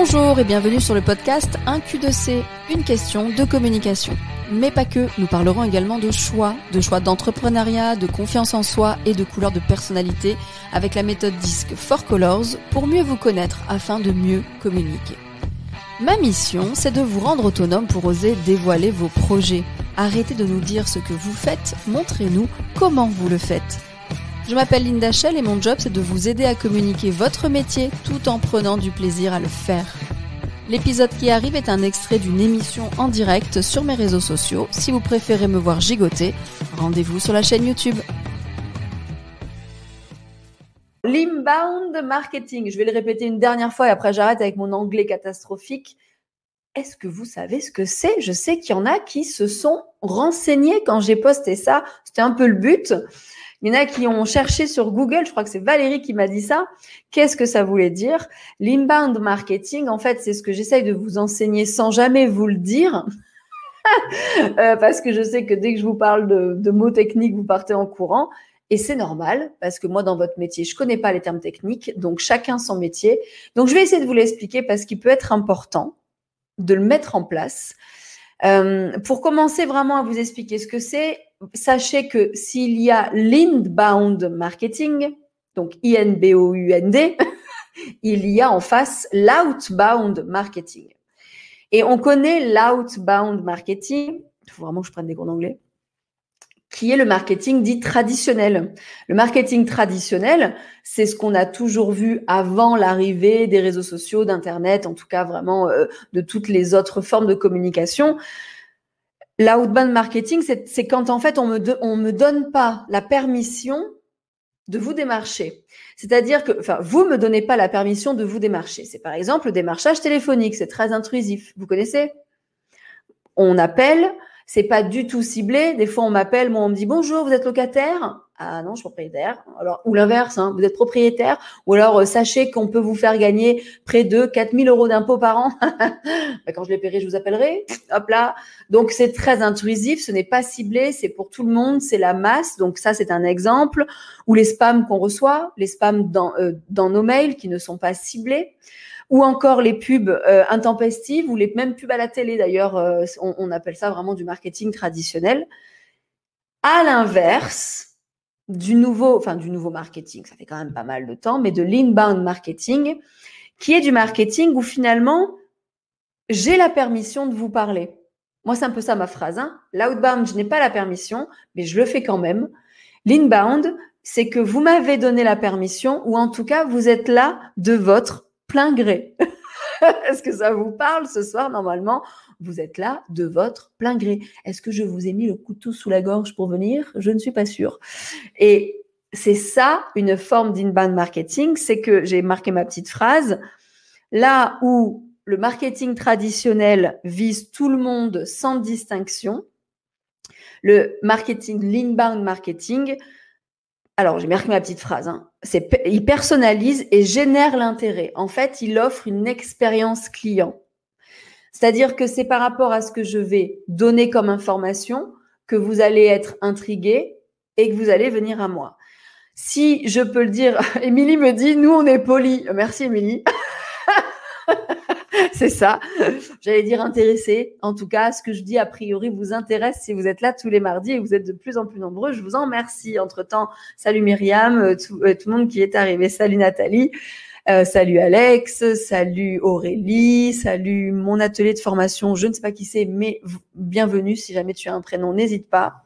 Bonjour et bienvenue sur le podcast Un Q2C, une question de communication. Mais pas que, nous parlerons également de choix d'entrepreneuriat, de confiance en soi et de couleurs de personnalité avec la méthode DISC 4 Colors pour mieux vous connaître afin de mieux communiquer. Ma mission, c'est de vous rendre autonome pour oser dévoiler vos projets. Arrêtez de nous dire ce que vous faites, montrez-nous comment vous le faites. Je m'appelle Linda Shell et mon job c'est de vous aider à communiquer votre métier tout en prenant du plaisir à le faire. L'épisode qui arrive est un extrait d'une émission en direct sur mes réseaux sociaux. Si vous préférez me voir gigoter, rendez-vous sur la chaîne YouTube. L'inbound marketing, je vais le répéter une dernière fois et après j'arrête avec mon anglais catastrophique. Est-ce que vous savez ce que c'est ? Je sais qu'il y en a qui se sont renseignés quand j'ai posté ça. C'était un peu le but. Il y en a qui ont cherché sur Google, je crois que c'est Valérie qui m'a dit ça. Qu'est-ce que ça voulait dire ? L'inbound marketing, en fait, c'est ce que j'essaye de vous enseigner sans jamais vous le dire. Parce que je sais que dès que je vous parle de mots techniques, vous partez en courant. Et c'est normal, parce que moi, dans votre métier, je connais pas les termes techniques, donc chacun son métier. Donc, je vais essayer de vous l'expliquer parce qu'il peut être important de le mettre en place. Pour commencer vraiment à vous expliquer ce que c'est, sachez que s'il y a l'inbound marketing, donc I-N-B-O-U-N-D, il y a en face l'outbound marketing. Et on connaît l'outbound marketing, il faut vraiment que je prenne des cours d'anglais, qui est le marketing dit traditionnel. Le marketing traditionnel, c'est ce qu'on a toujours vu avant l'arrivée des réseaux sociaux, d'Internet, en tout cas vraiment de toutes les autres formes de communication. L'outbound marketing, c'est quand en fait on me donne pas la permission de vous démarcher. C'est-à-dire que, vous me donnez pas la permission de vous démarcher. C'est par exemple le démarchage téléphonique, c'est très intrusif. Vous connaissez ? On appelle. C'est pas du tout ciblé. Des fois, on m'appelle, moi, on me dit bonjour, vous êtes locataire ? Ah non, je suis propriétaire. Alors, ou l'inverse, vous êtes propriétaire. Ou alors, sachez qu'on peut vous faire gagner près de 4 000 € d'impôts par an. Quand je les paierai, je vous appellerai. Hop là. Donc, c'est très intrusif. Ce n'est pas ciblé. C'est pour tout le monde. C'est la masse. Donc, ça, c'est un exemple. Ou les spams qu'on reçoit, les spams dans nos mails qui ne sont pas ciblés. Ou encore les pubs intempestives ou les mêmes pubs à la télé. D'ailleurs, on appelle ça vraiment du marketing traditionnel. À l'inverse du nouveau marketing, ça fait quand même pas mal de temps, mais de l'inbound marketing, qui est du marketing où finalement, j'ai la permission de vous parler. Moi, c'est un peu ça ma phrase. L'outbound, je n'ai pas la permission, mais je le fais quand même. L'inbound, c'est que vous m'avez donné la permission ou en tout cas, vous êtes là de votre plein gré. Est-ce que ça vous parle ce soir ? Normalement, vous êtes là de votre plein gré. Est-ce que je vous ai mis le couteau sous la gorge pour venir ? Je ne suis pas sûre. Et c'est ça, une forme d'inbound marketing, c'est que j'ai marqué ma petite phrase. Là où le marketing traditionnel vise tout le monde sans distinction, l'inbound marketing, alors, j'ai marqué ma petite phrase. Il personnalise et génère l'intérêt. En fait, il offre une expérience client. C'est-à-dire que c'est par rapport à ce que je vais donner comme information que vous allez être intrigué et que vous allez venir à moi. Si je peux le dire, Émilie me dit, nous, on est polis. Merci, Émilie. C'est ça. J'allais dire intéressé. En tout cas, ce que je dis a priori vous intéresse si vous êtes là tous les mardis et vous êtes de plus en plus nombreux. Je vous en remercie. Entre-temps, salut Myriam, tout le monde qui est arrivé. Salut Nathalie, salut Alex, salut Aurélie, salut mon atelier de formation. Je ne sais pas qui c'est, mais bienvenue. Si jamais tu as un prénom, n'hésite pas.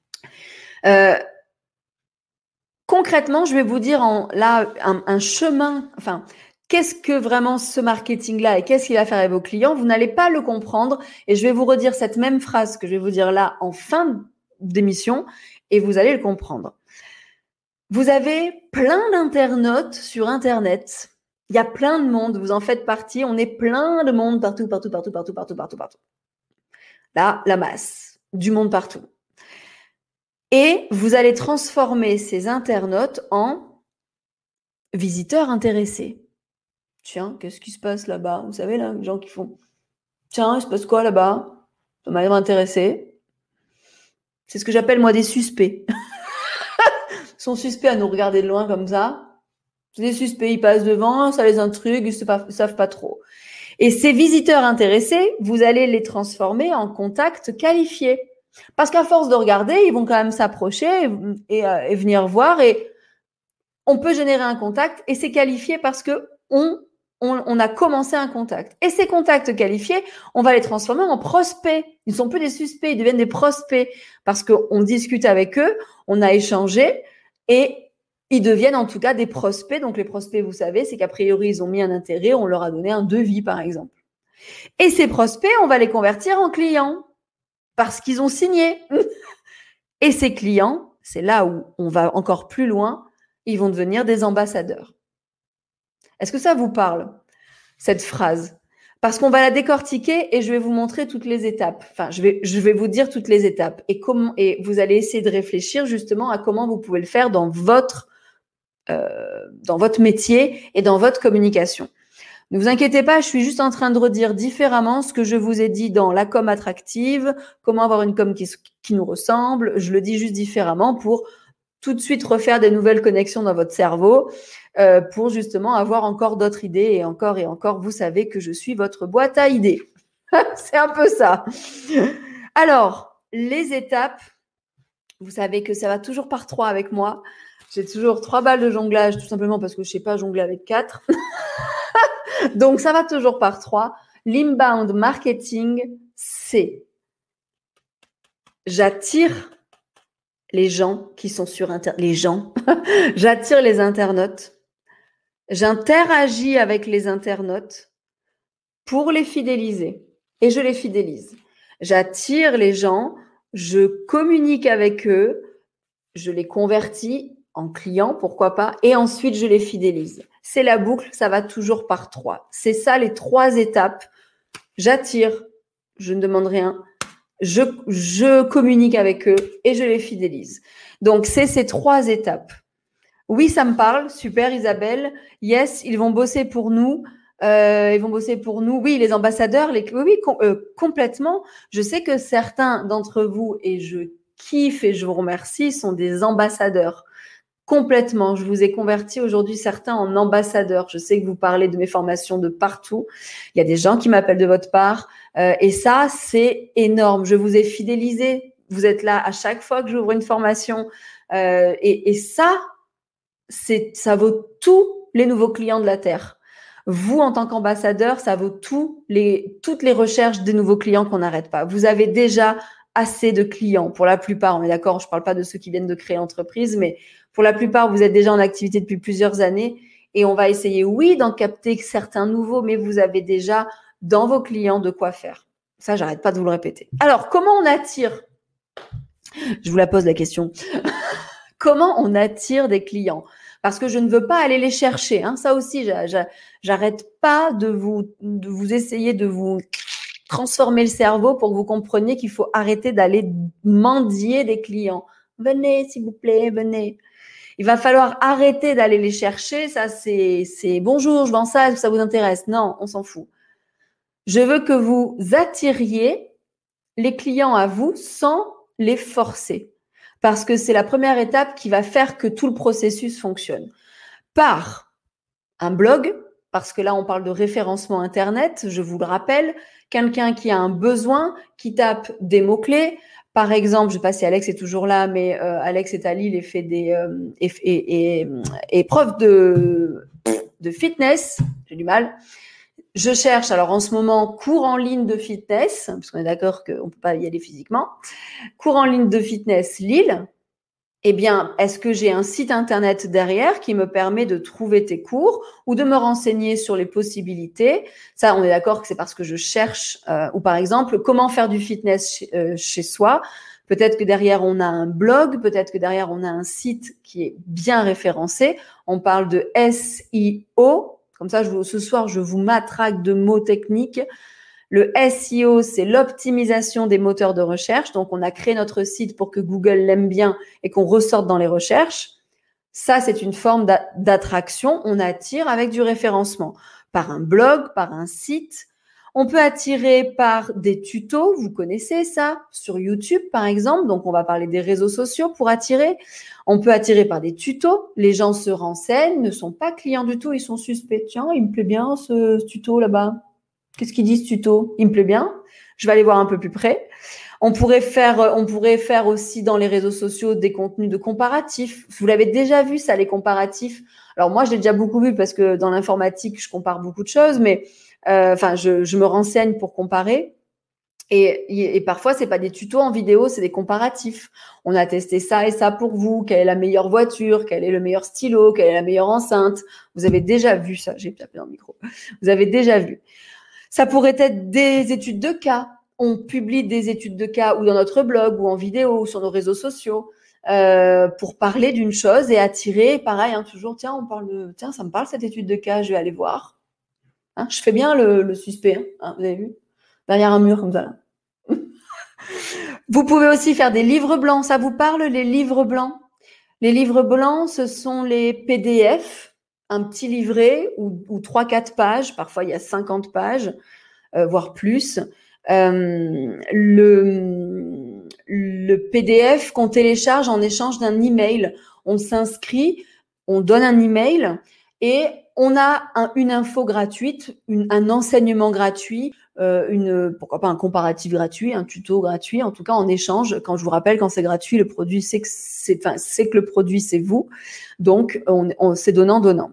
Concrètement, je vais vous dire un chemin, qu'est-ce que vraiment ce marketing-là et qu'est-ce qu'il va faire avec vos clients ? Vous n'allez pas le comprendre et je vais vous redire cette même phrase que je vais vous dire là en fin d'émission et vous allez le comprendre. Vous avez plein d'internautes sur Internet. Il y a plein de monde, vous en faites partie. On est plein de monde partout. Là, la masse, du monde partout. Et vous allez transformer ces internautes en visiteurs intéressés. Tiens, qu'est-ce qui se passe là-bas ? Vous savez, là, les gens qui font « Tiens, il se passe quoi là-bas ? Ça m'a l'air intéressé. » C'est ce que j'appelle, moi, des suspects. Ils sont suspects à nous regarder de loin comme ça. C'est des suspects, ils passent devant, ça les intrigue, ils savent pas trop. Et ces visiteurs intéressés, vous allez les transformer en contacts qualifiés. Parce qu'à force de regarder, ils vont quand même s'approcher et venir voir. Et on peut générer un contact et c'est qualifié parce que on a commencé un contact. Et ces contacts qualifiés, on va les transformer en prospects. Ils ne sont plus des suspects, ils deviennent des prospects parce qu'on discute avec eux, on a échangé et ils deviennent en tout cas des prospects. Donc les prospects, vous savez, c'est qu'a priori, ils ont mis un intérêt, on leur a donné un devis par exemple. Et ces prospects, on va les convertir en clients parce qu'ils ont signé. Et ces clients, c'est là où on va encore plus loin, ils vont devenir des ambassadeurs. Est-ce que ça vous parle, cette phrase? Parce qu'on va la décortiquer et je vais vous montrer toutes les étapes. Enfin, je vais vous dire toutes les étapes et vous allez essayer de réfléchir justement à comment vous pouvez le faire dans votre métier et dans votre communication. Ne vous inquiétez pas, je suis juste en train de redire différemment ce que je vous ai dit dans la com attractive, comment avoir une com qui nous ressemble. Je le dis juste différemment pour tout de suite refaire des nouvelles connexions dans votre cerveau pour justement avoir encore d'autres idées et encore, vous savez que je suis votre boîte à idées. C'est un peu ça. Alors, les étapes, vous savez que ça va toujours par 3 avec moi. J'ai toujours 3 balles de jonglage, tout simplement parce que je ne sais pas jongler avec 4. Donc, ça va toujours par 3. L'inbound marketing, c'est j'attire les gens qui sont sur Internet. Les gens, j'attire les internautes. J'interagis avec les internautes pour les fidéliser. Et je les fidélise. J'attire les gens, je communique avec eux, je les convertis en clients, pourquoi pas, et ensuite je les fidélise. C'est la boucle, ça va toujours par 3. C'est ça les 3 étapes. J'attire, je ne demande rien, je communique avec eux et je les fidélise. Donc, c'est ces 3 étapes. Oui, ça me parle. Super, Isabelle. Yes, ils vont bosser pour nous. Ils vont bosser pour nous. Oui, les ambassadeurs, oui, complètement. Je sais que certains d'entre vous, et je kiffe et je vous remercie, sont des ambassadeurs. Complètement. Je vous ai converti aujourd'hui certains en ambassadeurs. Je sais que vous parlez de mes formations de partout. Il y a des gens qui m'appellent de votre part. Et ça, c'est énorme. Je vous ai fidélisé. Vous êtes là à chaque fois que j'ouvre une formation. Et ça vaut tous les nouveaux clients de la Terre. Vous, en tant qu'ambassadeur, ça vaut toutes les recherches des nouveaux clients qu'on n'arrête pas. Vous avez déjà assez de clients. Pour la plupart, on est d'accord, je ne parle pas de ceux qui viennent de créer entreprise, mais pour la plupart, vous êtes déjà en activité depuis plusieurs années et on va essayer, oui, d'en capter certains nouveaux, mais vous avez déjà dans vos clients de quoi faire. Ça, j'arrête pas de vous le répéter. Alors, comment on attire? Je vous la pose la question. Comment on attire des clients? Parce que je ne veux pas aller les chercher. Hein. Ça aussi, j'arrête pas de vous essayer de vous transformer le cerveau pour que vous compreniez qu'il faut arrêter d'aller mendier des clients. Venez, s'il vous plaît, venez. Il va falloir arrêter d'aller les chercher. Ça, c'est bonjour, je vends ça, est-ce que ça vous intéresse? Non, on s'en fout. Je veux que vous attiriez les clients à vous sans les forcer. Parce que c'est la première étape qui va faire que tout le processus fonctionne. Par un blog, parce que là, on parle de référencement Internet, je vous le rappelle, quelqu'un qui a un besoin, qui tape des mots-clés. Par exemple, je ne sais pas si Alex est toujours là, mais Alex est à Lille et fait des épreuves de fitness. J'ai du mal. Je cherche, alors en ce moment, cours en ligne de fitness, parce qu'on est d'accord qu'on ne peut pas y aller physiquement. Cours en ligne de fitness Lille. Eh bien, est-ce que j'ai un site internet derrière qui me permet de trouver tes cours ou de me renseigner sur les possibilités? Ça, on est d'accord que c'est parce que je cherche, ou par exemple, comment faire du fitness chez soi. Peut-être que derrière, on a un blog, peut-être que derrière, on a un site qui est bien référencé. On parle de SEO. Comme ça, ce soir, je vous matraque de mots techniques. Le SEO, c'est l'optimisation des moteurs de recherche. Donc, on a créé notre site pour que Google l'aime bien et qu'on ressorte dans les recherches. Ça, c'est une forme d'attraction. On attire avec du référencement. Par un blog, par un site. On peut attirer par des tutos. Vous connaissez ça sur YouTube, par exemple. Donc, on va parler des réseaux sociaux pour attirer. On peut attirer par des tutos. Les gens se renseignent, ne sont pas clients du tout. Ils sont suspects. Tiens, il me plaît bien ce tuto là-bas. Qu'est-ce qu'il dit ce tuto? Il me plaît bien. Je vais aller voir un peu plus près. On pourrait faire aussi dans les réseaux sociaux des contenus de comparatifs. Vous l'avez déjà vu ça, les comparatifs. Alors moi, je l'ai déjà beaucoup vu parce que dans l'informatique, je compare beaucoup de choses, mais je me renseigne pour comparer. Et parfois, c'est pas des tutos en vidéo, c'est des comparatifs. On a testé ça et ça pour vous. Quelle est la meilleure voiture? Quel est le meilleur stylo? Quelle est la meilleure enceinte? Vous avez déjà vu ça. J'ai tapé dans le micro. Vous avez déjà vu. Ça pourrait être des études de cas. On publie des études de cas ou dans notre blog ou en vidéo ou sur nos réseaux sociaux pour parler d'une chose et attirer, pareil, toujours, tiens, ça me parle cette étude de cas, je vais aller voir. Hein, je fais bien le suspect, hein, vous avez vu? Derrière un mur comme ça. Là. Vous pouvez aussi faire des livres blancs. Ça vous parle, les livres blancs? Les livres blancs, ce sont les PDF, un petit livret ou 3-4 pages. Parfois, il y a 50 pages, voire plus. Le PDF qu'on télécharge en échange d'un email. On s'inscrit, on donne un email et on a une info gratuite, un enseignement gratuit, pourquoi pas un comparatif gratuit, un tuto gratuit, en tout cas en échange. Quand je vous rappelle, quand c'est gratuit, le produit c'est que le produit c'est vous, donc c'est donnant.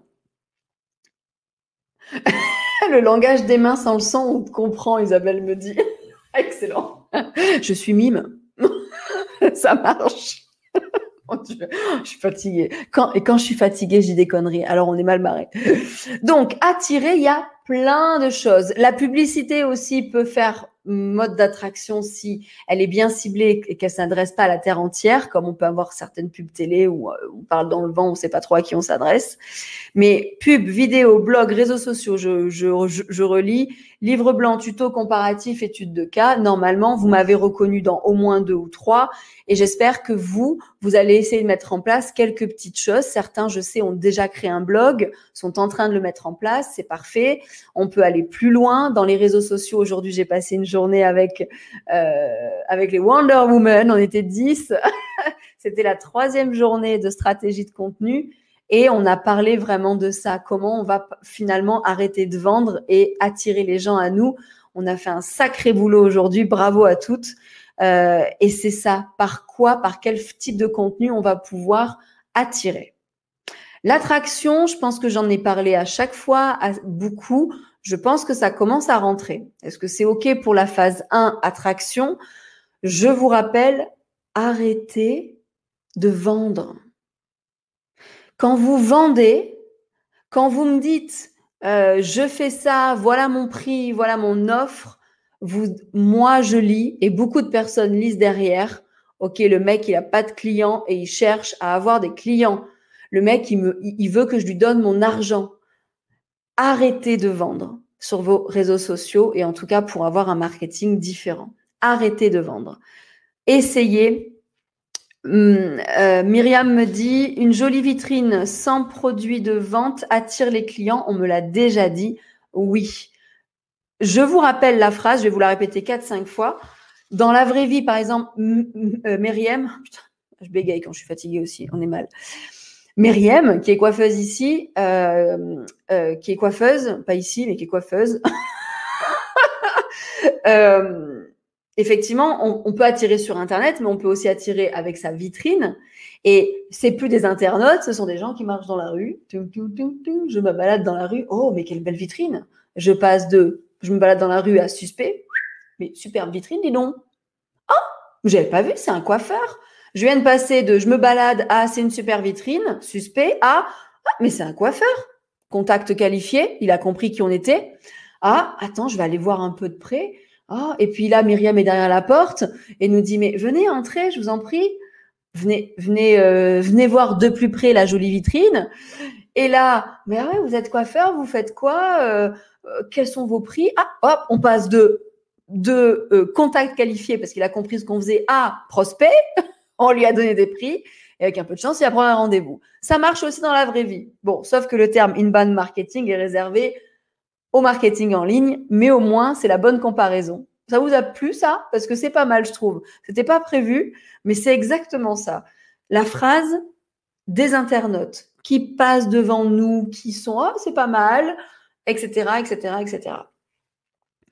Le langage des mains sans le son, on te comprend, Isabelle me dit. Excellent. Je suis mime. Ça marche. Mon Dieu, je suis fatiguée. Quand je suis fatiguée, je dis des conneries. Alors, on est mal barré. Donc, attirer, il y a plein de choses. La publicité aussi peut faire mode d'attraction si elle est bien ciblée et qu'elle s'adresse pas à la terre entière, comme on peut avoir certaines pubs télé où on parle dans le vent, on ne sait pas trop à qui on s'adresse. Mais pub, vidéo, blog, réseaux sociaux, je relis. Livre blanc, tuto comparatif, étude de cas. Normalement, vous m'avez reconnu dans au moins 2 ou 3. Et j'espère que vous allez essayer de mettre en place quelques petites choses. Certains, je sais, ont déjà créé un blog, sont en train de le mettre en place. C'est parfait. On peut aller plus loin. Dans les réseaux sociaux, aujourd'hui, j'ai passé une journée avec les Wonder Woman. On était 10. C'était la 3e journée de stratégie de contenu. Et on a parlé vraiment de ça, comment on va finalement arrêter de vendre et attirer les gens à nous. On a fait un sacré boulot aujourd'hui, bravo à toutes. Et c'est ça, par quel type de contenu on va pouvoir attirer. L'attraction, je pense que j'en ai parlé à chaque fois, beaucoup. Je pense que ça commence à rentrer. Est-ce que c'est OK pour la phase 1, attraction? Je vous rappelle, arrêtez de vendre. Quand vous vendez, quand vous me dites je fais ça, voilà mon prix, voilà mon offre, moi je lis et beaucoup de personnes lisent derrière. Ok, le mec il a pas de clients et il cherche à avoir des clients. Le mec il veut que je lui donne mon argent. Arrêtez de vendre sur vos réseaux sociaux et en tout cas pour avoir un marketing différent. Arrêtez de vendre. Essayez. Myriam me dit une jolie vitrine sans produit de vente attire les clients. On me l'a déjà dit. Oui. Je vous rappelle la phrase, je vais vous la répéter 4-5 fois. Dans la vraie vie, par exemple, Myriam, putain, je bégaye quand je suis fatiguée aussi, on est mal. Myriam, qui est coiffeuse ici, qui est coiffeuse, pas ici, mais qui est coiffeuse. Effectivement, on peut attirer sur Internet, mais on peut aussi attirer avec sa vitrine. Et c'est plus des internautes, ce sont des gens qui marchent dans la rue. Je me balade dans la rue. Oh, mais quelle belle vitrine! Je me balade dans la rue à suspect. Mais superbe vitrine, dis donc. Oh, j'avais pas vu, c'est un coiffeur. Je viens de passer de je me balade à c'est une super vitrine, suspect, à mais c'est un coiffeur. Contact qualifié, il a compris qui on était. Ah, attends, je vais aller voir un peu de près. Ah, et puis là, Myriam est derrière la porte et nous dit mais venez, entrez, je vous en prie. Venez voir de plus près la jolie vitrine. Et là, mais ouais, vous êtes coiffeur, vous faites quoi quels sont vos prix? Ah, hop, on passe de contact qualifié parce qu'il a compris ce qu'on faisait à prospect. On lui a donné des prix et avec un peu de chance, il va prendre un rendez-vous. Ça marche aussi dans la vraie vie. Bon, sauf que le terme inbound marketing est réservé au marketing en ligne, mais au moins, c'est la bonne comparaison. Ça vous a plu, ça? Parce que c'est pas mal, je trouve. C'était pas prévu, mais c'est exactement ça. La phrase des internautes qui passent devant nous, qui sont « Ah, c'est pas mal », etc., etc., etc.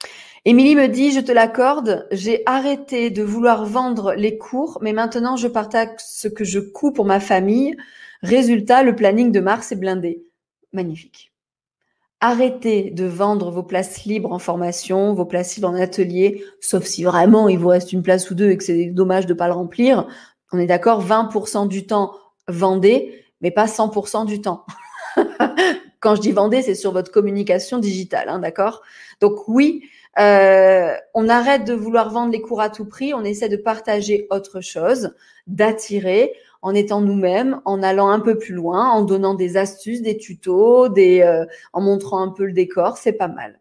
Émilie me dit, je te l'accorde, j'ai arrêté de vouloir vendre les cours, mais maintenant je partage ce que je couds pour ma famille. Résultat, le planning de mars est blindé. Magnifique. Arrêtez de vendre vos places libres en formation, vos places libres en atelier, sauf si vraiment il vous reste une place ou deux et que c'est dommage de ne pas le remplir. On est d'accord, 20% du temps, vendez, mais pas 100% du temps. Quand je dis vendez, c'est sur votre communication digitale, hein, d'accord? Donc oui, on arrête de vouloir vendre les cours à tout prix, on essaie de partager autre chose, d'attirer en étant nous-mêmes, en allant un peu plus loin, en donnant des astuces, des tutos, en montrant un peu le décor, c'est pas mal.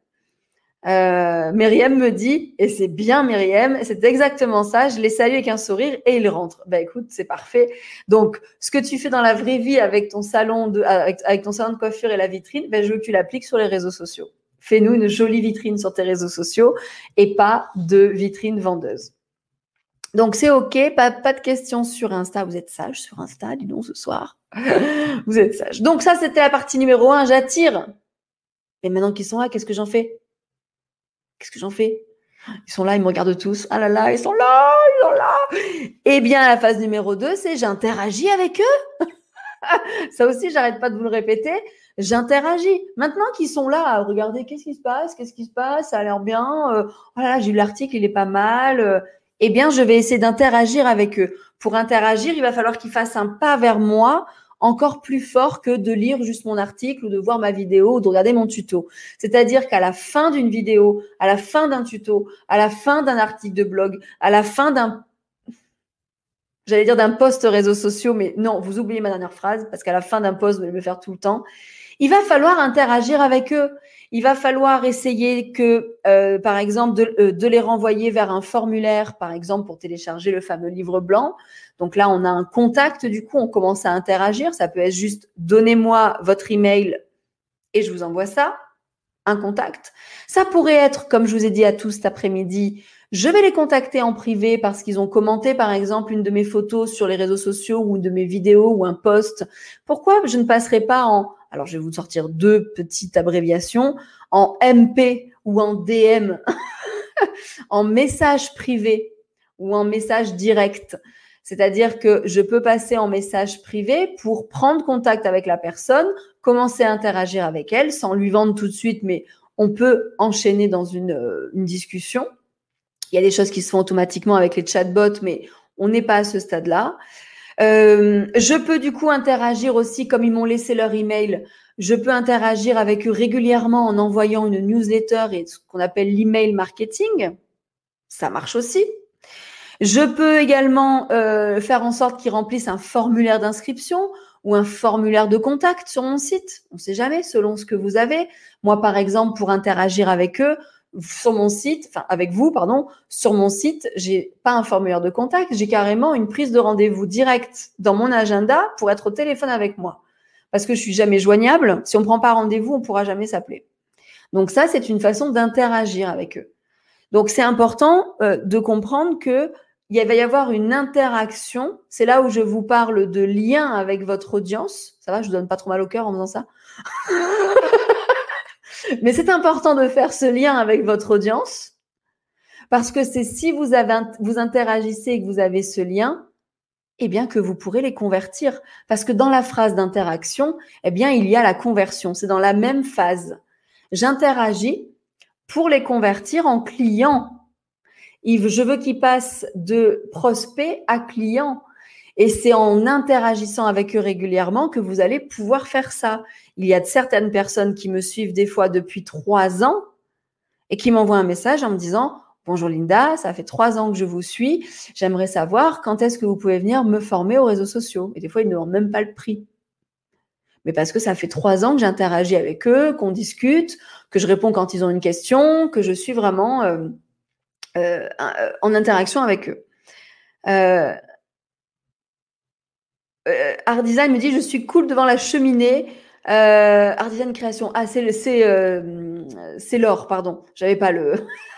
Myriam me dit, et c'est bien Myriam, c'est exactement ça, je les salue avec un sourire et ils rentrent. Bah écoute, c'est parfait. Donc, ce que tu fais dans la vraie vie avec ton salon avec ton salon de coiffure et la vitrine, bah, je veux que tu l'appliques sur les réseaux sociaux. Fais-nous une jolie vitrine sur tes réseaux sociaux et pas de vitrine vendeuse. Donc, c'est OK, pas de questions sur Insta. Vous êtes sage sur Insta, dis donc, ce soir. Vous êtes sage. Donc, ça, c'était la partie numéro 1, j'attire. Et maintenant qu'ils sont là, qu'est-ce que j'en fais? Qu'est-ce que j'en fais? Ils sont là, ils me regardent tous. Ah là là, ils sont là, ils sont là. Eh bien, la phase numéro 2, c'est j'interagis avec eux. Ça aussi, j'arrête pas de vous le répéter. J'interagis. Maintenant qu'ils sont là, regardez, qu'est-ce qui se passe? Qu'est-ce qui se passe? Ça a l'air bien. Oh là là, j'ai lu l'article, il est pas mal. Eh bien, je vais essayer d'interagir avec eux. Pour interagir, il va falloir qu'ils fassent un pas vers moi encore plus fort que de lire juste mon article ou de voir ma vidéo ou de regarder mon tuto. C'est-à-dire qu'à la fin d'une vidéo, à la fin d'un tuto, à la fin d'un article de blog, à la fin j'allais dire d'un post réseaux sociaux, mais non, vous oubliez ma dernière phrase parce qu'à la fin d'un post, vous allez me faire tout le temps. Il va falloir interagir avec eux. Il va falloir essayer que, par exemple, de les renvoyer vers un formulaire, par exemple, pour télécharger le fameux livre blanc. Donc là, on a un contact, du coup, on commence à interagir. Ça peut être juste, donnez-moi votre email et je vous envoie ça, un contact. Ça pourrait être, comme je vous ai dit à tous cet après-midi, je vais les contacter en privé parce qu'ils ont commenté, par exemple, une de mes photos sur les réseaux sociaux ou une de mes vidéos ou un post. Pourquoi je ne passerai pas alors je vais vous sortir 2 petites abréviations, en MP ou en DM, en message privé ou en message direct. C'est-à-dire que je peux passer en message privé pour prendre contact avec la personne, commencer à interagir avec elle sans lui vendre tout de suite, mais on peut enchaîner dans une discussion. Il y a des choses qui se font automatiquement avec les chatbots, mais on n'est pas à ce stade-là. Je peux du coup interagir aussi, comme ils m'ont laissé leur email, je peux interagir avec eux régulièrement en envoyant une newsletter et ce qu'on appelle l'email marketing. Ça marche aussi. Je peux également faire en sorte qu'ils remplissent un formulaire d'inscription ou un formulaire de contact sur mon site. On ne sait jamais, selon ce que vous avez. Moi, par exemple, pour interagir avec eux, sur mon site, enfin avec vous, pardon, sur mon site, j'ai pas un formulaire de contact, j'ai carrément une prise de rendez-vous directe dans mon agenda pour être au téléphone avec moi. Parce que je suis jamais joignable. Si on prend pas rendez-vous, on pourra jamais s'appeler. Donc ça, c'est une façon d'interagir avec eux. Donc c'est important de comprendre que il va y avoir une interaction. C'est là où je vous parle de lien avec votre audience. Ça va, je vous donne pas trop mal au cœur en faisant ça. Mais c'est important de faire ce lien avec votre audience parce que c'est si vous interagissez et que vous avez ce lien, eh bien que vous pourrez les convertir. Parce que dans la phrase d'interaction, eh bien il y a la conversion. C'est dans la même phase. J'interagis pour les convertir en clients. Je veux qu'ils passent de prospect à client. Et c'est en interagissant avec eux régulièrement que vous allez pouvoir faire ça. Il y a certaines personnes qui me suivent des fois depuis 3 ans et qui m'envoient un message en me disant « Bonjour Linda, ça fait 3 ans que je vous suis. J'aimerais savoir quand est-ce que vous pouvez venir me former aux réseaux sociaux. » Et des fois, ils ne demandent même pas le prix. Mais parce que ça fait 3 ans que j'interagis avec eux, qu'on discute, que je réponds quand ils ont une question, que je suis vraiment en interaction avec eux. Art Design me dit « Je suis cool devant la cheminée. » Art Design Création. Ah, c'est l'or, pardon. J'avais pas le…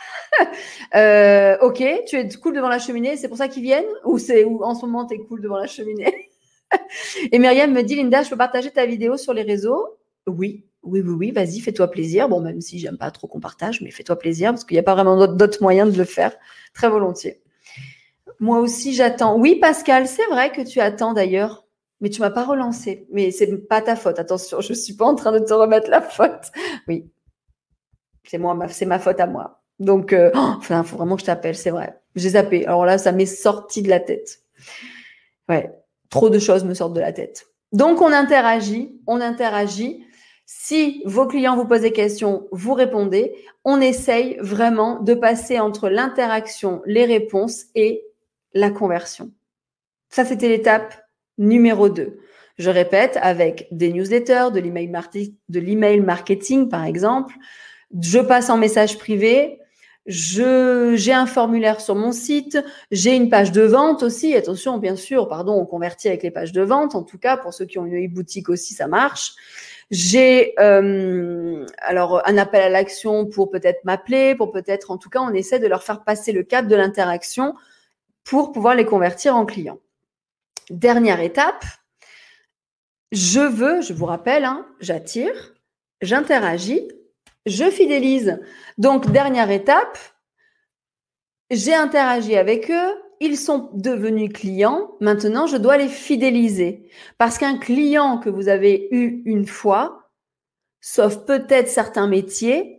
Ok, tu es cool devant la cheminée, c'est pour ça qu'ils viennent? Ou en ce moment, tu es cool devant la cheminée? Et Myriam me dit « Linda, je peux partager ta vidéo sur les réseaux? » Oui. Oui, oui, oui, vas-y, fais-toi plaisir. Bon, même si j'aime pas trop qu'on partage, mais fais-toi plaisir parce qu'il n'y a pas vraiment d'autres moyens de le faire. Très volontiers. Moi aussi, j'attends. Oui, Pascal, c'est vrai que tu attends d'ailleurs, mais tu m'as pas relancé. Mais c'est pas ta faute. Attention, je suis pas en train de te remettre la faute. Oui, c'est ma faute à moi. Donc, enfin, faut vraiment que je t'appelle, c'est vrai. J'ai zappé. Alors là, ça m'est sorti de la tête. Ouais, trop de choses me sortent de la tête. Donc, on interagit, on interagit. Si vos clients vous posent des questions, vous répondez. On essaye vraiment de passer entre l'interaction, les réponses et la conversion. Ça, c'était l'étape numéro 2. Je répète, avec des newsletters, de l'email marketing, par exemple. Je passe en message privé. J'ai un formulaire sur mon site. J'ai une page de vente aussi. Attention, bien sûr, pardon, on convertit avec les pages de vente. En tout cas, pour ceux qui ont une e-boutique aussi, ça marche. J'ai alors un appel à l'action pour peut-être m'appeler, pour peut-être, en tout cas, on essaie de leur faire passer le cap de l'interaction pour pouvoir les convertir en clients. Dernière étape, je vous rappelle, j'attire, j'interagis, je fidélise. Donc, dernière étape, j'ai interagi avec eux, ils sont devenus clients, maintenant je dois les fidéliser. Parce qu'un client que vous avez eu une fois, sauf peut-être certains métiers,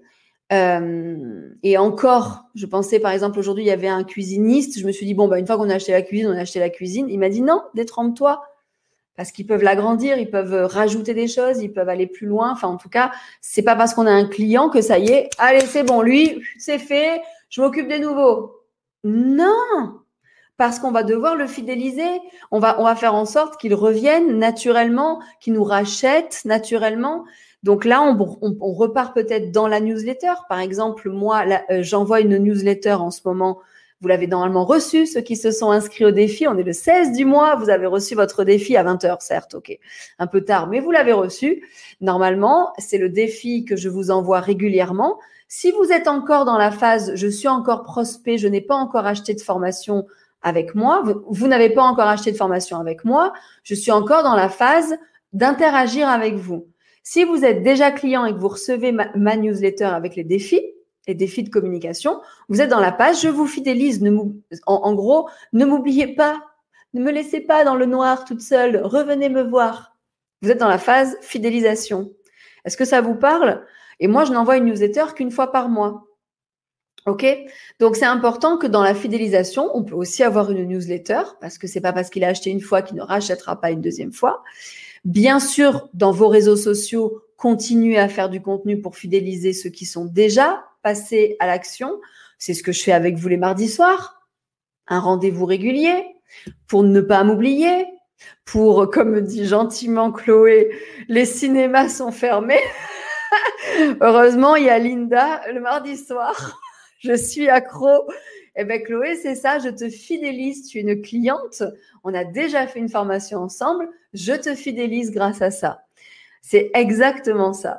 et encore, je pensais par exemple aujourd'hui il y avait un cuisiniste, je me suis dit bon une fois qu'on a acheté la cuisine, on a acheté la cuisine. Il m'a dit non, détrompe-toi parce qu'ils peuvent l'agrandir, ils peuvent rajouter des choses, ils peuvent aller plus loin. Enfin en tout cas, c'est pas parce qu'on a un client que ça y est, allez c'est bon, lui c'est fait, je m'occupe des nouveaux. Non, parce qu'on va devoir le fidéliser. On va faire en sorte qu'il revienne naturellement, qu'il nous rachète naturellement. Donc là, on repart peut-être dans la newsletter. Par exemple, moi, j'envoie une newsletter en ce moment. Vous l'avez normalement reçu, ceux qui se sont inscrits au défi. On est le 16 du mois. Vous avez reçu votre défi à 20h, certes, ok. Un peu tard, mais vous l'avez reçu. Normalement, c'est le défi que je vous envoie régulièrement. Si vous êtes encore dans la phase, je suis encore prospect, je n'ai pas encore acheté de formation avec moi, vous n'avez pas encore acheté de formation avec moi, je suis encore dans la phase d'interagir avec vous. Si vous êtes déjà client et que vous recevez ma newsletter avec les défis de communication, vous êtes dans la page « Je vous fidélise ». En gros, ne m'oubliez pas, ne me laissez pas dans le noir toute seule, revenez me voir. Vous êtes dans la phase fidélisation. Est-ce que ça vous parle? Et moi, je n'envoie une newsletter qu'une fois par mois. OK? Donc, c'est important que dans la fidélisation, on peut aussi avoir une newsletter parce que c'est pas parce qu'il a acheté une fois qu'il ne rachètera pas une deuxième fois. Bien sûr, dans vos réseaux sociaux, continuez à faire du contenu pour fidéliser ceux qui sont déjà passés à l'action. C'est ce que je fais avec vous les mardis soirs. Un rendez-vous régulier pour ne pas m'oublier. Pour, comme dit gentiment Chloé, les cinémas sont fermés. Heureusement, il y a Linda le mardi soir. Je suis accro. Eh bien, Chloé, c'est ça, je te fidélise. Tu es une cliente. On a déjà fait une formation ensemble. Je te fidélise grâce à ça. C'est exactement ça.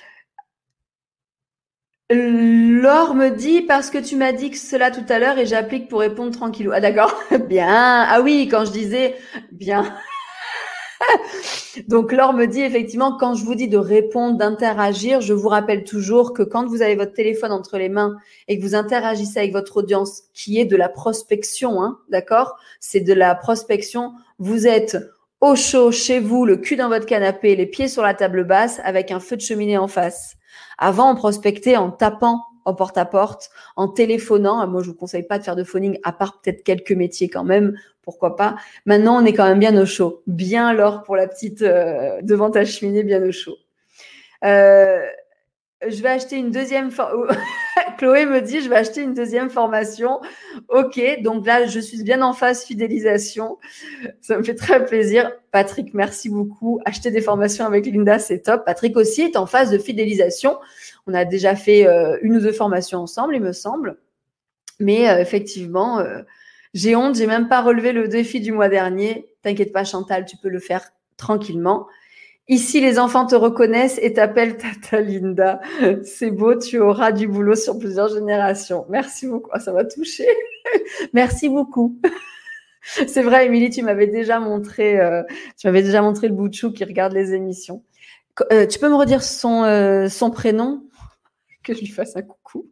Laure me dit, parce que tu m'as dit que cela tout à l'heure et j'applique pour répondre tranquillou. Ah d'accord, bien. Ah oui, quand je disais bien. Donc, Laure me dit effectivement, quand je vous dis de répondre, d'interagir, je vous rappelle toujours que quand vous avez votre téléphone entre les mains et que vous interagissez avec votre audience, qui est de la prospection, d'accord? C'est de la prospection. Vous êtes au chaud chez vous, le cul dans votre canapé, les pieds sur la table basse, avec un feu de cheminée en face. Avant, on prospectait en tapant en porte-à-porte, en téléphonant. Moi, je vous conseille pas de faire de phoning, à part peut-être quelques métiers quand même. Pourquoi pas? Maintenant, on est quand même bien au chaud. Bien, Laure, pour la petite devant ta cheminée, bien au chaud. Je vais acheter une deuxième Chloé me dit, je vais acheter une deuxième formation. Ok, donc là, je suis bien en phase fidélisation. Ça me fait très plaisir. Patrick, merci beaucoup. Acheter des formations avec Linda, c'est top. Patrick aussi est en phase de fidélisation. On a déjà fait une ou deux formations ensemble, il me semble. Mais effectivement, j'ai honte, j'ai même pas relevé le défi du mois dernier. T'inquiète pas, Chantal, tu peux le faire tranquillement. Ici, les enfants te reconnaissent et t'appellent Tata Linda. C'est beau, tu auras du boulot sur plusieurs générations. Merci beaucoup. Oh, ça m'a touchée. Merci beaucoup. C'est vrai, Émilie, tu m'avais déjà montré le bout de chou qui regarde les émissions. Tu peux me redire son prénom? Que je lui fasse un coucou.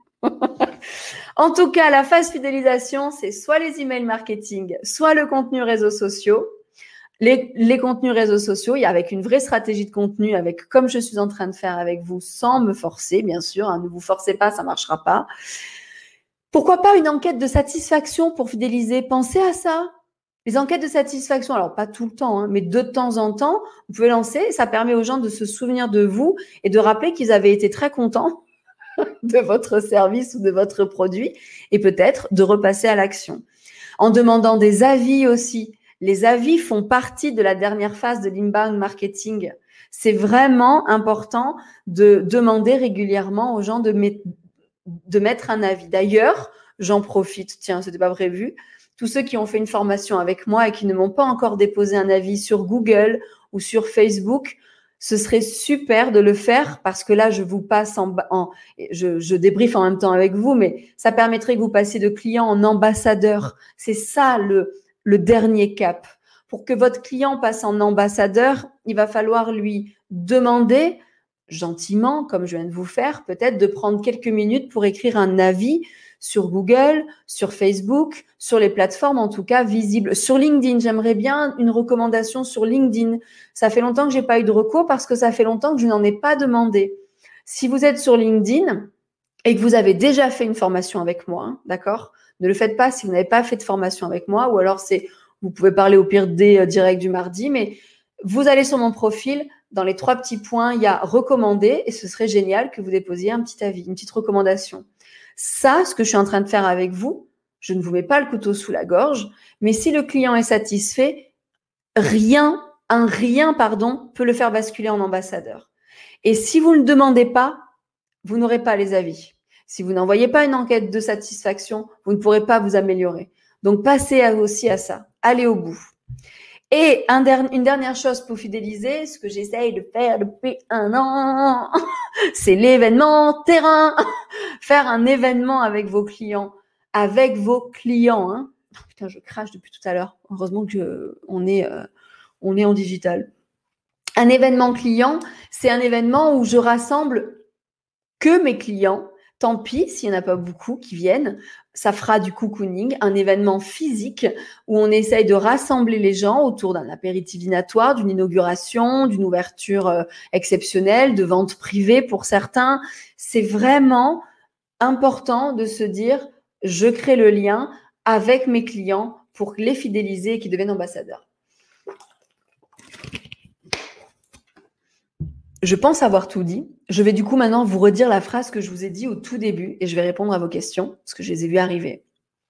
En tout cas, la phase fidélisation, c'est soit les emails marketing, soit le contenu réseaux sociaux. Les contenus réseaux sociaux, il y a avec une vraie stratégie de contenu, avec comme je suis en train de faire avec vous, sans me forcer, bien sûr. Hein, ne vous forcez pas, ça ne marchera pas. Pourquoi pas une enquête de satisfaction pour fidéliser? Pensez à ça. Les enquêtes de satisfaction, alors pas tout le temps, hein, mais de temps en temps, vous pouvez lancer. Ça permet aux gens de se souvenir de vous et de rappeler qu'ils avaient été très contents de votre service ou de votre produit et peut-être de repasser à l'action. En demandant des avis aussi. Les avis font partie de la dernière phase de l'inbound marketing. C'est vraiment important de demander régulièrement aux gens de mettre un avis. D'ailleurs, j'en profite, tiens, ce n'était pas prévu, tous ceux qui ont fait une formation avec moi et qui ne m'ont pas encore déposé un avis sur Google ou sur Facebook, ce serait super de le faire parce que là, je vous passe je débriefe en même temps avec vous, mais ça permettrait que vous passiez de client en ambassadeur. C'est ça le dernier cap. Pour que votre client passe en ambassadeur, il va falloir lui demander gentiment, comme je viens de vous faire, peut-être de prendre quelques minutes pour écrire un avis sur Google, sur Facebook, sur les plateformes en tout cas visibles. Sur LinkedIn, j'aimerais bien une recommandation sur LinkedIn. Ça fait longtemps que j'ai pas eu de recours parce que ça fait longtemps que je n'en ai pas demandé. Si vous êtes sur LinkedIn et que vous avez déjà fait une formation avec moi, hein, d'accord? Ne le faites pas si vous n'avez pas fait de formation avec moi ou alors vous pouvez parler au pire des directs du mardi, mais vous allez sur mon profil. Dans les 3 petits points, il y a recommander et ce serait génial que vous déposiez un petit avis, une petite recommandation. Ça, ce que je suis en train de faire avec vous, je ne vous mets pas le couteau sous la gorge, mais si le client est satisfait, rien peut le faire basculer en ambassadeur. Et si vous ne le demandez pas, vous n'aurez pas les avis. Si vous n'envoyez pas une enquête de satisfaction, vous ne pourrez pas vous améliorer. Donc, passez aussi à ça. Allez au bout. Et une dernière chose pour fidéliser, ce que j'essaye de faire depuis 1 an, c'est l'événement terrain. Faire un événement avec vos clients. Avec vos clients. Hein. Oh, putain, je crache depuis tout à l'heure. Heureusement qu'on est en digital. Un événement client, c'est un événement où je rassemble que mes clients. Tant pis s'il n'y en a pas beaucoup qui viennent. Ça fera du cocooning, un événement physique où on essaye de rassembler les gens autour d'un apéritif dînatoire, d'une inauguration, d'une ouverture exceptionnelle, de vente privée pour certains. C'est vraiment important de se dire, je crée le lien avec mes clients pour les fidéliser et qu'ils deviennent ambassadeurs. Je pense avoir tout dit. Je vais du coup maintenant vous redire la phrase que je vous ai dit au tout début et je vais répondre à vos questions parce que je les ai vues arriver.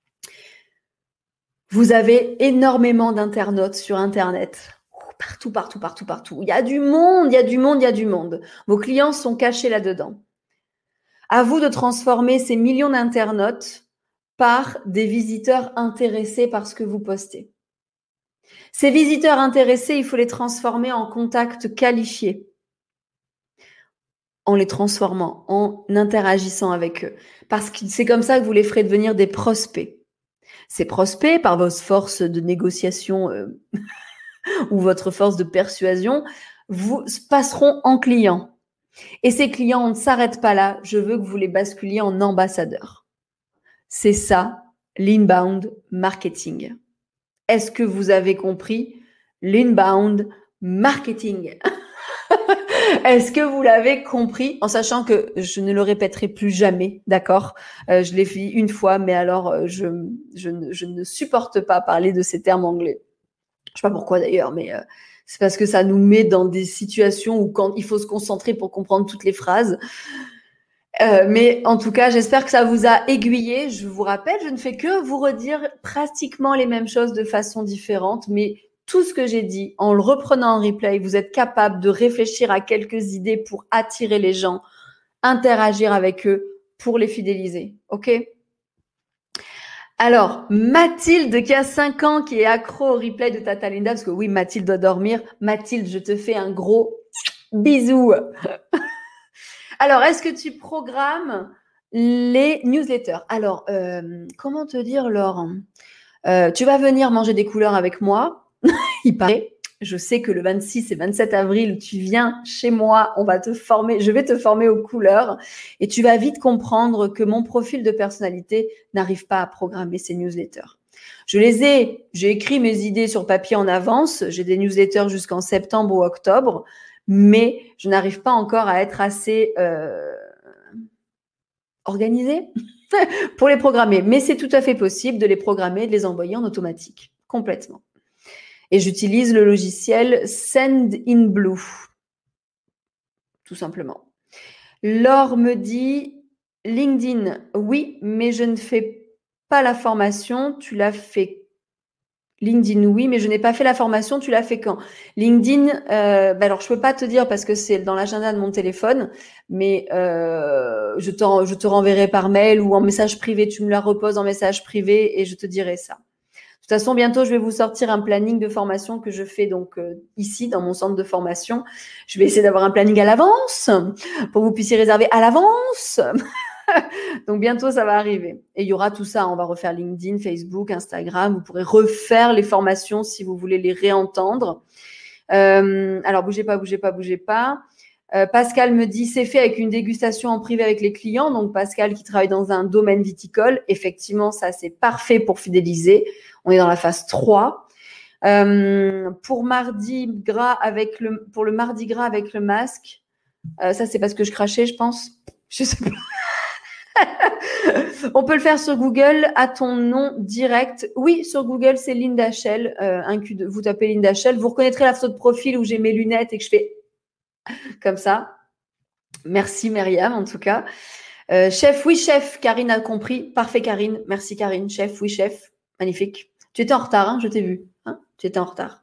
Vous avez énormément d'internautes sur Internet. Partout. Il y a du monde. Vos clients sont cachés là-dedans. À vous de transformer ces millions d'internautes par des visiteurs intéressés par ce que vous postez. Ces visiteurs intéressés, il faut les transformer en contacts qualifiés. En les transformant, en interagissant avec eux. Parce que c'est comme ça que vous les ferez devenir des prospects. Ces prospects, par votre force de négociation ou votre force de persuasion, vous passeront en clients. Et ces clients, on ne s'arrête pas là. Je veux que vous les basculiez en ambassadeurs. C'est ça, l'inbound marketing. Est-ce que vous avez compris l'inbound marketing? Est-ce que vous l'avez compris? En sachant que je ne le répéterai plus jamais, d'accord? Je l'ai fait une fois, mais alors je ne supporte pas parler de ces termes anglais. Je sais pas pourquoi d'ailleurs, mais c'est parce que ça nous met dans des situations où quand il faut se concentrer pour comprendre toutes les phrases. Mais en tout cas, j'espère que ça vous a aiguillé. Je vous rappelle, je ne fais que vous redire pratiquement les mêmes choses de façon différente, mais tout ce que j'ai dit, en le reprenant en replay, vous êtes capable de réfléchir à quelques idées pour attirer les gens, interagir avec eux, pour les fidéliser. OK? Alors, Mathilde, qui a 5 ans, qui est accro au replay de Tata Linda, parce que oui, Mathilde doit dormir. Mathilde, je te fais un gros bisou. Alors, est-ce que tu programmes les newsletters? Alors, comment te dire, Laure? Tu vas venir manger des couleurs avec moi. Il paraît. Je sais que le 26 et 27 avril, tu viens chez moi, on va te former, je vais te former aux couleurs et tu vas vite comprendre que mon profil de personnalité n'arrive pas à programmer ces newsletters. J'ai écrit mes idées sur papier en avance, j'ai des newsletters jusqu'en septembre ou octobre, mais je n'arrive pas encore à être assez organisée pour les programmer. Mais c'est tout à fait possible de les programmer, de les envoyer en automatique, complètement. Et j'utilise le logiciel Sendinblue, tout simplement. Laure me dit, LinkedIn, oui, mais je ne fais pas la formation. Tu l'as fait. LinkedIn, oui, mais je n'ai pas fait la formation. Tu l'as fait quand? LinkedIn, alors je peux pas te dire parce que c'est dans l'agenda de mon téléphone, mais je te renverrai par mail ou en message privé. Tu me la reposes en message privé et je te dirai ça. De toute façon, bientôt, je vais vous sortir un planning de formation que je fais donc ici dans mon centre de formation. Je vais essayer d'avoir un planning à l'avance pour que vous puissiez réserver à l'avance. Donc bientôt, ça va arriver. Et il y aura tout ça. On va refaire LinkedIn, Facebook, Instagram. Vous pourrez refaire les formations si vous voulez les réentendre. Alors, bougez pas. Pascal me dit, c'est fait avec une dégustation en privé avec les clients. Donc, Pascal qui travaille dans un domaine viticole. Effectivement, ça, c'est parfait pour fidéliser. On est dans la phase 3. Pour le mardi gras avec le masque, ça, c'est parce que je crachais, je pense. Je sais pas. On peut le faire sur Google à ton nom direct. Oui, sur Google, c'est Linda Shell. Vous tapez Linda Shell. Vous reconnaîtrez la photo de profil où j'ai mes lunettes et que je fais comme ça. Merci Myriam, en tout cas. Chef, oui, chef. Karine a compris. Parfait, Karine. Merci, Karine. Chef, oui, chef. Magnifique. Tu étais en retard, hein, je t'ai vu. Hein, tu étais en retard.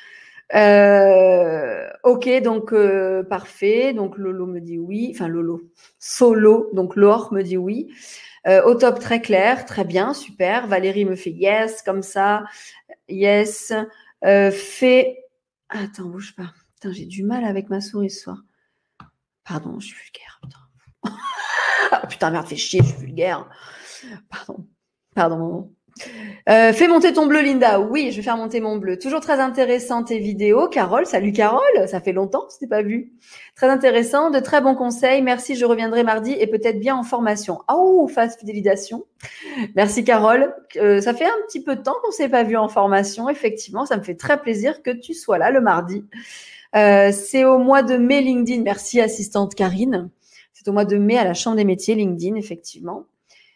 Ok, donc parfait. Donc Lolo me dit oui. Enfin, Lolo. Solo. Donc Laure me dit oui. Au top, très clair. Très bien, super. Valérie me fait yes, comme ça. Yes. Attends, bouge pas. Putain, j'ai du mal avec ma souris ce soir. Pardon, je suis vulgaire. Putain. Putain, merde, fais chier, je suis vulgaire. Pardon, maman. Fais monter ton bleu, Linda. Oui, je vais faire monter mon bleu. Toujours très intéressant tes vidéos. Carole, salut Carole. Ça fait longtemps que je t'ai pas vu. Très intéressant, de très bons conseils. Merci, je reviendrai mardi et peut-être bien en formation. Oh, phase fidélisation. Merci Carole. Ça fait un petit peu de temps qu'on s'est pas vu en formation. Effectivement, ça me fait très plaisir que tu sois là le mardi. C'est au mois de mai LinkedIn. Merci assistante Karine. C'est au mois de mai à la Chambre des métiers LinkedIn, effectivement.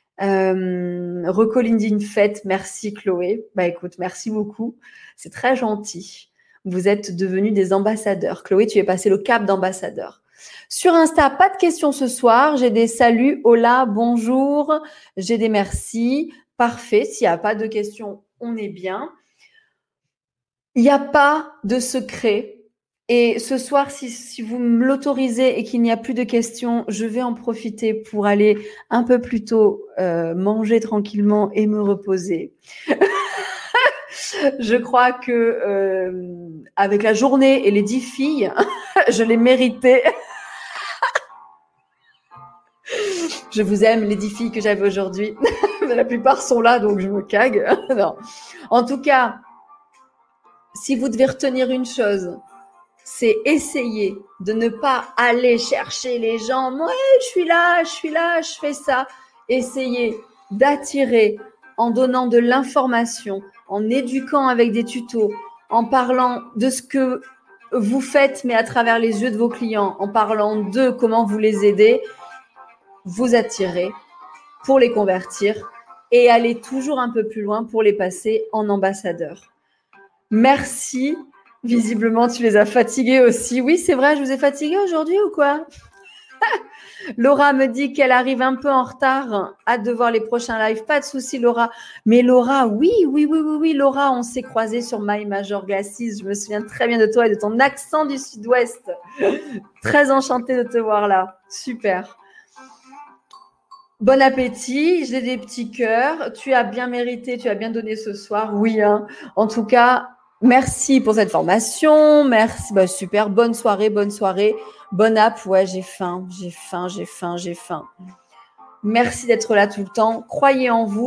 Reco LinkedIn fête. Merci Chloé. Bah écoute, merci beaucoup. C'est très gentil. Vous êtes devenus des ambassadeurs. Chloé, tu es passé le cap d'ambassadeur. Sur Insta, pas de questions ce soir. J'ai des saluts, hola, bonjour. J'ai des merci. Parfait. S'il n'y a pas de questions, on est bien. Il n'y a pas de secret. Et ce soir, si vous me l'autorisez et qu'il n'y a plus de questions, je vais en profiter pour aller un peu plus tôt manger tranquillement et me reposer. Je crois que avec la journée et les 10 filles, je l'ai mérité. Je vous aime, les 10 filles que j'avais aujourd'hui. La plupart sont là, donc je me cague. Non. En tout cas, si vous devez retenir une chose, c'est essayer de ne pas aller chercher les gens. Moi, je suis là, je fais ça. Essayez d'attirer en donnant de l'information, en éduquant avec des tutos, en parlant de ce que vous faites, mais à travers les yeux de vos clients, en parlant de comment vous les aidez, vous attirez pour les convertir et aller toujours un peu plus loin pour les passer en ambassadeurs. Merci. Visiblement, tu les as fatigués aussi. Oui, c'est vrai, je vous ai fatigués aujourd'hui ou quoi? Laura me dit qu'elle arrive un peu en retard. Hâte de voir les prochains lives. Pas de souci, Laura. Mais Laura, oui, Laura, on s'est croisés sur My Major Glasses. Je me souviens très bien de toi et de ton accent du sud-ouest. Très enchantée de te voir là. Super. Bon appétit. J'ai des petits cœurs. Tu as bien mérité, tu as bien donné ce soir. Oui, hein. En tout cas, merci pour cette formation. Merci. Bah, super. Bonne soirée. Bonne app. Ouais, j'ai faim. Merci d'être là tout le temps. Croyez en vous.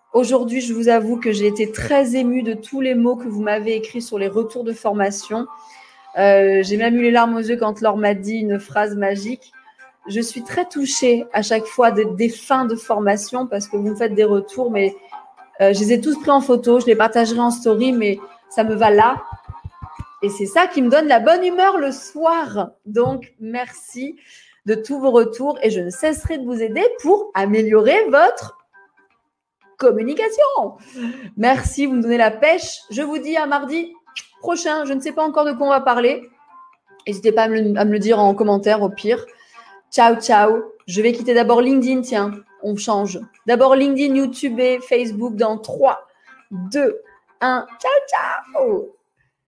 Aujourd'hui, je vous avoue que j'ai été très émue de tous les mots que vous m'avez écrits sur les retours de formation. J'ai même eu les larmes aux yeux quand Laure m'a dit une phrase magique. Je suis très touchée à chaque fois des fins de formation parce que vous me faites des retours, mais je les ai tous pris en photo, je les partagerai en story, mais ça me va là. Et c'est ça qui me donne la bonne humeur le soir. Donc, merci de tous vos retours et je ne cesserai de vous aider pour améliorer votre communication. Merci, vous me donnez la pêche. Je vous dis à mardi prochain. Je ne sais pas encore de quoi on va parler. N'hésitez pas à me le dire en commentaire au pire. Ciao, ciao. Je vais quitter d'abord LinkedIn. Tiens, on change. D'abord LinkedIn, YouTube et Facebook dans 3, 2, 1. Ciao, ciao.